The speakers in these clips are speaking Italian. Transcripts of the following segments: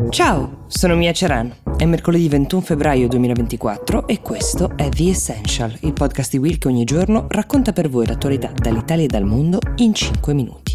Ciao, sono Mia Ceran. È mercoledì 21 febbraio 2024 e questo è The Essential, il podcast di Will che ogni giorno racconta per voi l'attualità dall'Italia e dal mondo in 5 minuti.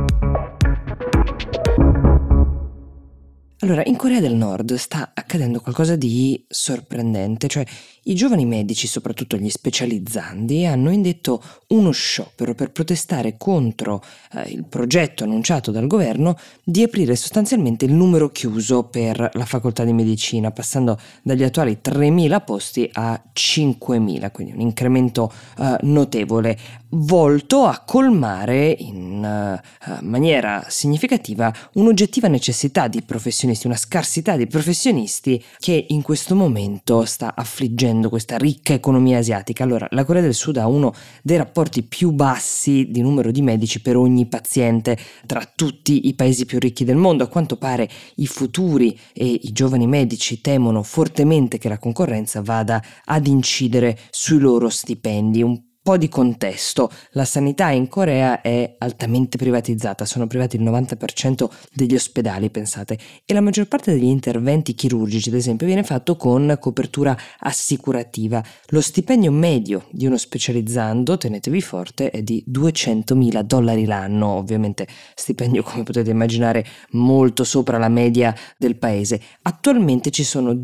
Allora, in Corea del Nord sta accadendo qualcosa di sorprendente, cioè i giovani medici, soprattutto gli specializzandi, hanno indetto uno sciopero per protestare contro il progetto annunciato dal governo di aprire sostanzialmente il numero chiuso per la facoltà di medicina, passando dagli attuali 3.000 posti a 5.000, quindi un incremento notevole, volto a colmare in maniera significativa un'oggettiva necessità di professionisti, una scarsità di professionisti che in questo momento sta affliggendo questa ricca economia asiatica. Allora, la Corea del Sud ha uno dei rapporti più bassi di numero di medici per ogni paziente tra tutti i paesi più ricchi del mondo. A quanto pare i futuri e i giovani medici temono fortemente che la concorrenza vada ad incidere sui loro stipendi. Un po' di contesto: la sanità in Corea è altamente privatizzata, sono privati il 90% degli ospedali, pensate, e la maggior parte degli interventi chirurgici, ad esempio, viene fatto con copertura assicurativa. Lo stipendio medio di uno specializzando, tenetevi forte, è di $200.000 l'anno, ovviamente stipendio, come potete immaginare, molto sopra la media del paese. Attualmente ci sono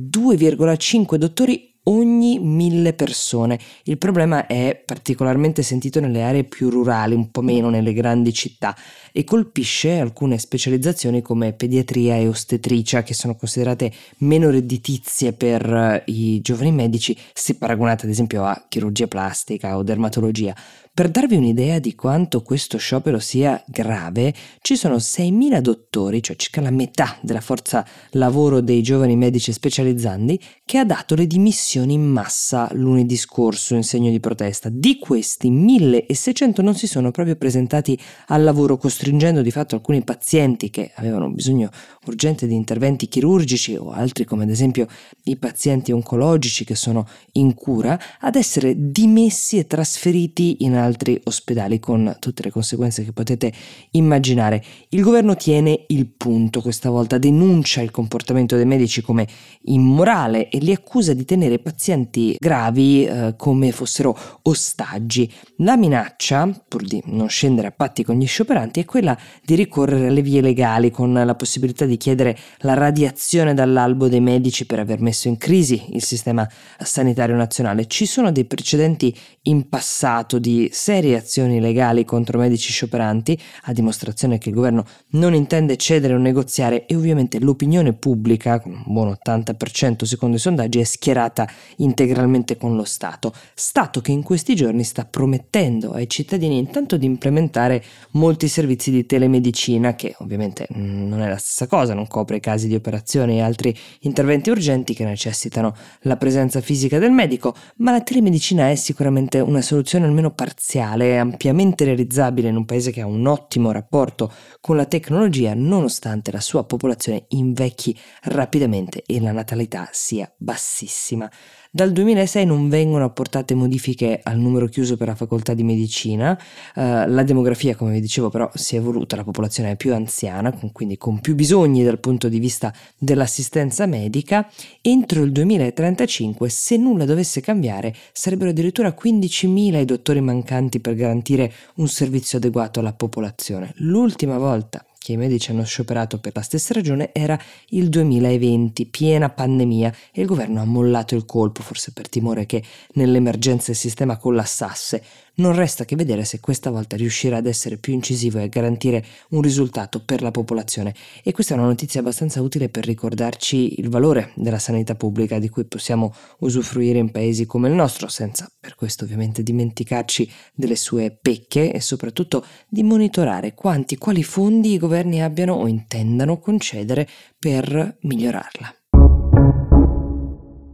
2,5 dottori ogni 1.000 persone. Il problema è particolarmente sentito nelle aree più rurali, un po' meno nelle grandi città, e colpisce alcune specializzazioni come pediatria e ostetricia, che sono considerate meno redditizie per i giovani medici se paragonate ad esempio a chirurgia plastica o dermatologia. Per darvi un'idea di quanto questo sciopero sia grave, ci sono 6.000 dottori, cioè circa la metà della forza lavoro dei giovani medici specializzandi, che ha dato le dimissioni in massa lunedì scorso in segno di protesta. Di questi 1.600 non si sono proprio presentati al lavoro, costringendo di fatto alcuni pazienti che avevano bisogno urgente di interventi chirurgici o altri, come ad esempio i pazienti oncologici che sono in cura, ad essere dimessi e trasferiti in altri ospedali, con tutte le conseguenze che potete immaginare. Il governo tiene il punto questa volta, denuncia il comportamento dei medici come immorale e li accusa di tenere pazienti gravi come fossero ostaggi. La minaccia, pur di non scendere a patti con gli scioperanti, è quella di ricorrere alle vie legali, con la possibilità di chiedere la radiazione dall'albo dei medici per aver messo in crisi il sistema sanitario nazionale. Ci sono dei precedenti in passato di serie azioni legali contro medici scioperanti, a dimostrazione che il governo non intende cedere o negoziare, e ovviamente l'opinione pubblica, con un buon 80% secondo i sondaggi, è schierata integralmente con lo Stato che in questi giorni sta promettendo ai cittadini intanto di implementare molti servizi di telemedicina, che ovviamente non è la stessa cosa, non copre i casi di operazioni e altri interventi urgenti che necessitano la presenza fisica del medico, ma la telemedicina è sicuramente una soluzione almeno parziale, ampiamente realizzabile in un paese che ha un ottimo rapporto con la tecnologia, nonostante la sua popolazione invecchi rapidamente e la natalità sia bassissima. Dal 2006 non vengono apportate modifiche al numero chiuso per la facoltà di medicina. La demografia, come vi dicevo, però si è evoluta, la popolazione è più anziana, quindi con più bisogni dal punto di vista dell'assistenza medica. Entro il 2035, se nulla dovesse cambiare, sarebbero addirittura 15.000 i dottori mancanti per garantire un servizio adeguato alla popolazione. L'ultima volta che i medici hanno scioperato per la stessa ragione era il 2020, piena pandemia, e il governo ha mollato il colpo, forse per timore che nell'emergenza il sistema collassasse. Non resta che vedere se questa volta riuscirà ad essere più incisivo e a garantire un risultato per la popolazione. E questa è una notizia abbastanza utile per ricordarci il valore della sanità pubblica di cui possiamo usufruire in paesi come il nostro, senza per questo ovviamente dimenticarci delle sue pecche, e soprattutto di monitorare quali fondi i governi abbiano o intendano concedere per migliorarla.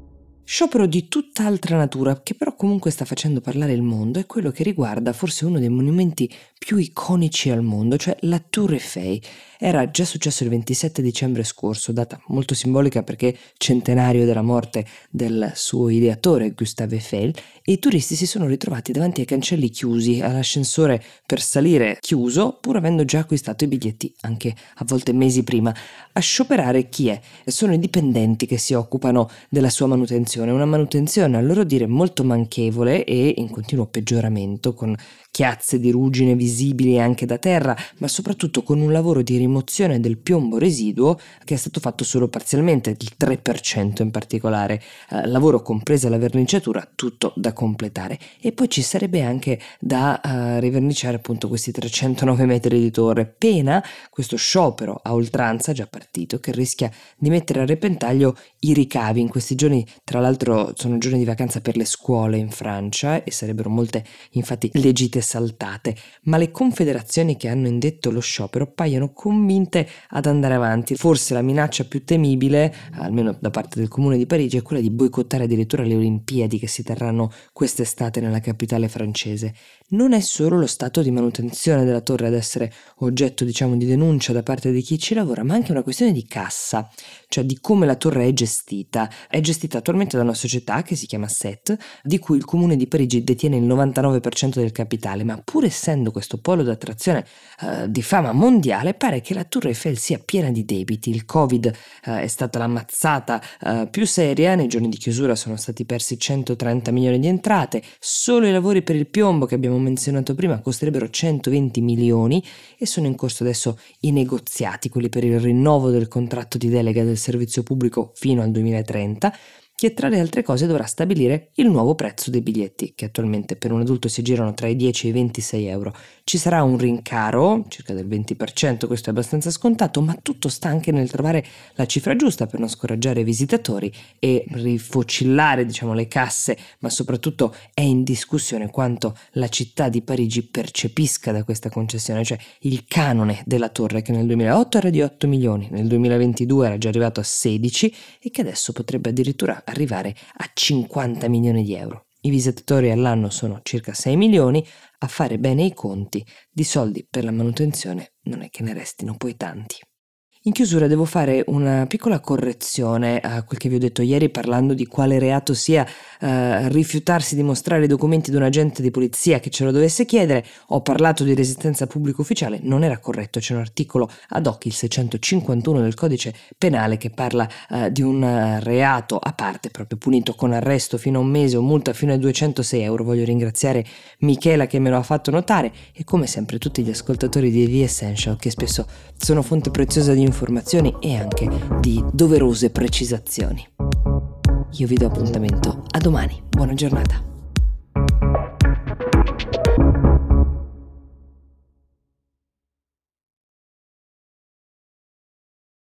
Sciopero di tutt'altra natura, che però comunque sta facendo parlare il mondo, è quello che riguarda forse uno dei monumenti più iconici al mondo, cioè la Tour Eiffel. Era già successo il 27 dicembre scorso, data molto simbolica perché centenario della morte del suo ideatore Gustave Eiffel, e i turisti si sono ritrovati davanti ai cancelli chiusi, all'ascensore per salire chiuso, pur avendo già acquistato i biglietti anche a volte mesi prima. A scioperare chi è? Sono i dipendenti che si occupano della sua manutenzione, una manutenzione a loro dire molto manchevole e in continuo peggioramento, con chiazze di ruggine visibili anche da terra, ma soprattutto con un lavoro di rimozione del piombo residuo che è stato fatto solo parzialmente, il 3% in particolare, lavoro compresa la verniciatura, tutto da completare. E poi ci sarebbe anche da riverniciare appunto questi 309 metri di torre, pena questo sciopero a oltranza già partito che rischia di mettere a repentaglio i ricavi. In questi giorni, tra l'altro, sono giorni di vacanza per le scuole in Francia e sarebbero molte infatti le gite saltate, ma le confederazioni che hanno indetto lo sciopero paiono convinte ad andare avanti. Forse la minaccia più temibile, almeno da parte del comune di Parigi, è quella di boicottare addirittura le Olimpiadi che si terranno quest'estate nella capitale francese. Non è solo lo stato di manutenzione della torre ad essere oggetto, diciamo, di denuncia da parte di chi ci lavora, ma anche una questione di cassa, cioè di come la torre è gestita. È gestita attualmente da una società che si chiama SET, di cui il comune di Parigi detiene il 99% del capitale, ma pur essendo questo polo d'attrazione di fama mondiale, pare che la Tour Eiffel sia piena di debiti. Il Covid è stata la mazzata più seria, nei giorni di chiusura sono stati persi 130 milioni di entrate, solo i lavori per il piombo che abbiamo menzionato prima costerebbero 120 milioni e sono in corso adesso i negoziati, quelli per il rinnovo del contratto di delega del servizio pubblico fino al 2030, che tra le altre cose dovrà stabilire il nuovo prezzo dei biglietti, che attualmente per un adulto si girano tra i 10 e i 26 euro. Ci sarà un rincaro, circa del 20%, questo è abbastanza scontato, ma tutto sta anche nel trovare la cifra giusta per non scoraggiare i visitatori e rifocillare, diciamo, le casse, ma soprattutto è in discussione quanto la città di Parigi percepisca da questa concessione, cioè il canone della torre che nel 2008 era di 8 milioni, nel 2022 era già arrivato a 16 e che adesso potrebbe addirittura arrivare a 50 milioni di euro. I visitatori all'anno sono circa 6 milioni, a fare bene i conti, di soldi per la manutenzione non è che ne restino poi tanti. In chiusura devo fare una piccola correzione a quel che vi ho detto ieri parlando di quale reato sia rifiutarsi di mostrare i documenti di un agente di polizia che ce lo dovesse chiedere. Ho parlato di resistenza pubblico ufficiale, non era corretto, c'è un articolo ad hoc, il 651 del codice penale, che parla di un reato a parte, proprio punito con arresto fino a un mese o multa fino a 206 euro. Voglio ringraziare Michela che me lo ha fatto notare e come sempre tutti gli ascoltatori di The Essential che spesso sono fonte preziosa di informazioni e anche di doverose precisazioni. Io vi do appuntamento a domani. Buona giornata.